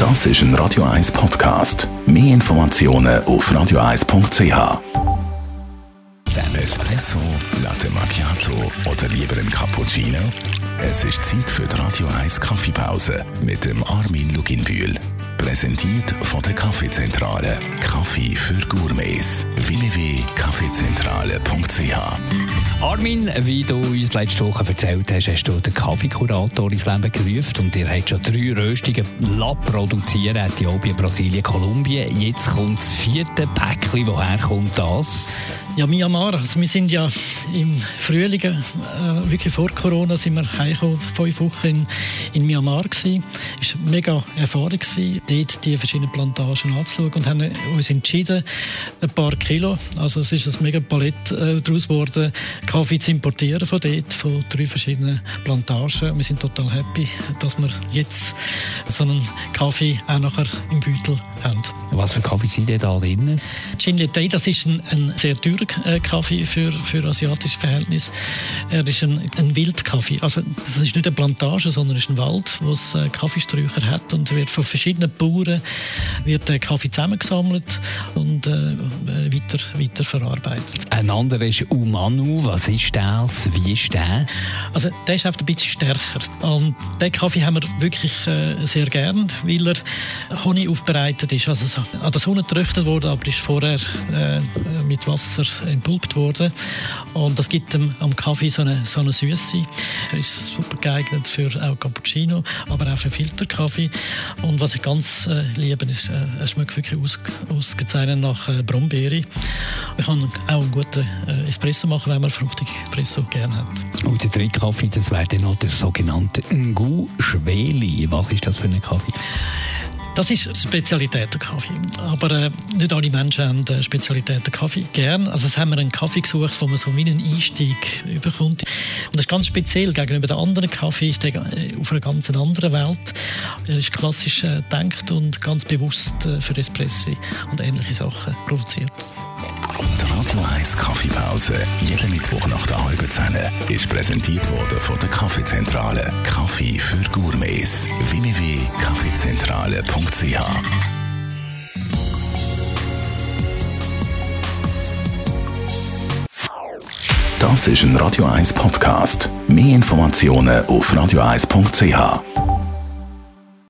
Das ist ein Radio 1 Podcast. Mehr Informationen auf radio1.ch. Espresso, Latte Macchiato oder lieber ein Cappuccino? Es ist Zeit für die Radio 1 Kaffeepause mit dem Armin Luginbühl. Präsentiert von der Kaffeezentrale. Kaffee für Gourmets. www.kaffeezentrale.ch. Armin, wie du uns letzte Woche erzählt hast, hast du den Kaffeekurator ins Leben gerufen und ihr habt schon 3 Röstungen produziert, Äthiopien, Brasilien, Kolumbien. Jetzt kommt das 4. Päckchen. Woher kommt das? Ja, Myanmar. Also wir sind ja im Frühling, wirklich vor Corona, sind wir heimgekommen, 5 Wochen in Myanmar gewesen. Es war eine mega Erfahrung gewesen, dort die verschiedenen Plantagen anzuschauen und haben uns entschieden, ein paar Kilo, also es ist ein mega Palett daraus geworden, Kaffee zu importieren von dort, von 3 verschiedenen Plantagen. Wir sind total happy, dass wir jetzt so einen Kaffee auch nachher im Beutel haben. Was für Kaffee sind denn da drin? Chin-Latte, das ist ein sehr teurer Kaffee für asiatische Verhältnisse. Er ist ein Wildkaffee. Also das ist nicht eine Plantage, sondern es ist ein Wald, wo es Kaffeesträucher hat und wird von verschiedenen Bauern wird der Kaffee zusammengesammelt und weiter verarbeitet. Ein anderer ist Umanu. Was ist das? Wie ist der? Also der ist einfach ein bisschen stärker. Und den Kaffee haben wir wirklich sehr gern, weil er Honig aufbereitet ist. Also an der Sonne getrocknet wurde, aber ist vorher mit Wasser entpulpt worden. Und das gibt am Kaffee so eine Süße. Er ist super geeignet für auch Cappuccino, aber auch für Filterkaffee. Und was ich ganz liebe, ist, er schmeckt wirklich ausgezeichnet nach Brombeere. Man kann auch einen guten Espresso machen, wenn man fruchtige Espresso gerne hat. Und der 3. Kaffee, das wäre dann noch der sogenannte Ngu Schweli. Was ist das für ein Kaffee? Das ist Spezialität der Kaffee. Aber nicht alle Menschen haben Spezialität der Kaffee gern. Also haben wir einen Kaffee gesucht, wo man so wie einen Einstieg überkommt. Und das ist ganz speziell gegenüber den anderen Kaffee, ist der auf einer ganz anderen Welt. Er ist klassisch gedacht und ganz bewusst für Espresso und ähnliche Sachen produziert. Die Radio 1 Kaffeepause, jeden Mittwoch nach der 9:30, ist präsentiert worden von der Kaffeezentrale. Kaffee für Gourmets. www.kaffeezentrale.ch. Das ist ein Radio 1 Podcast. Mehr Informationen auf radio1.ch.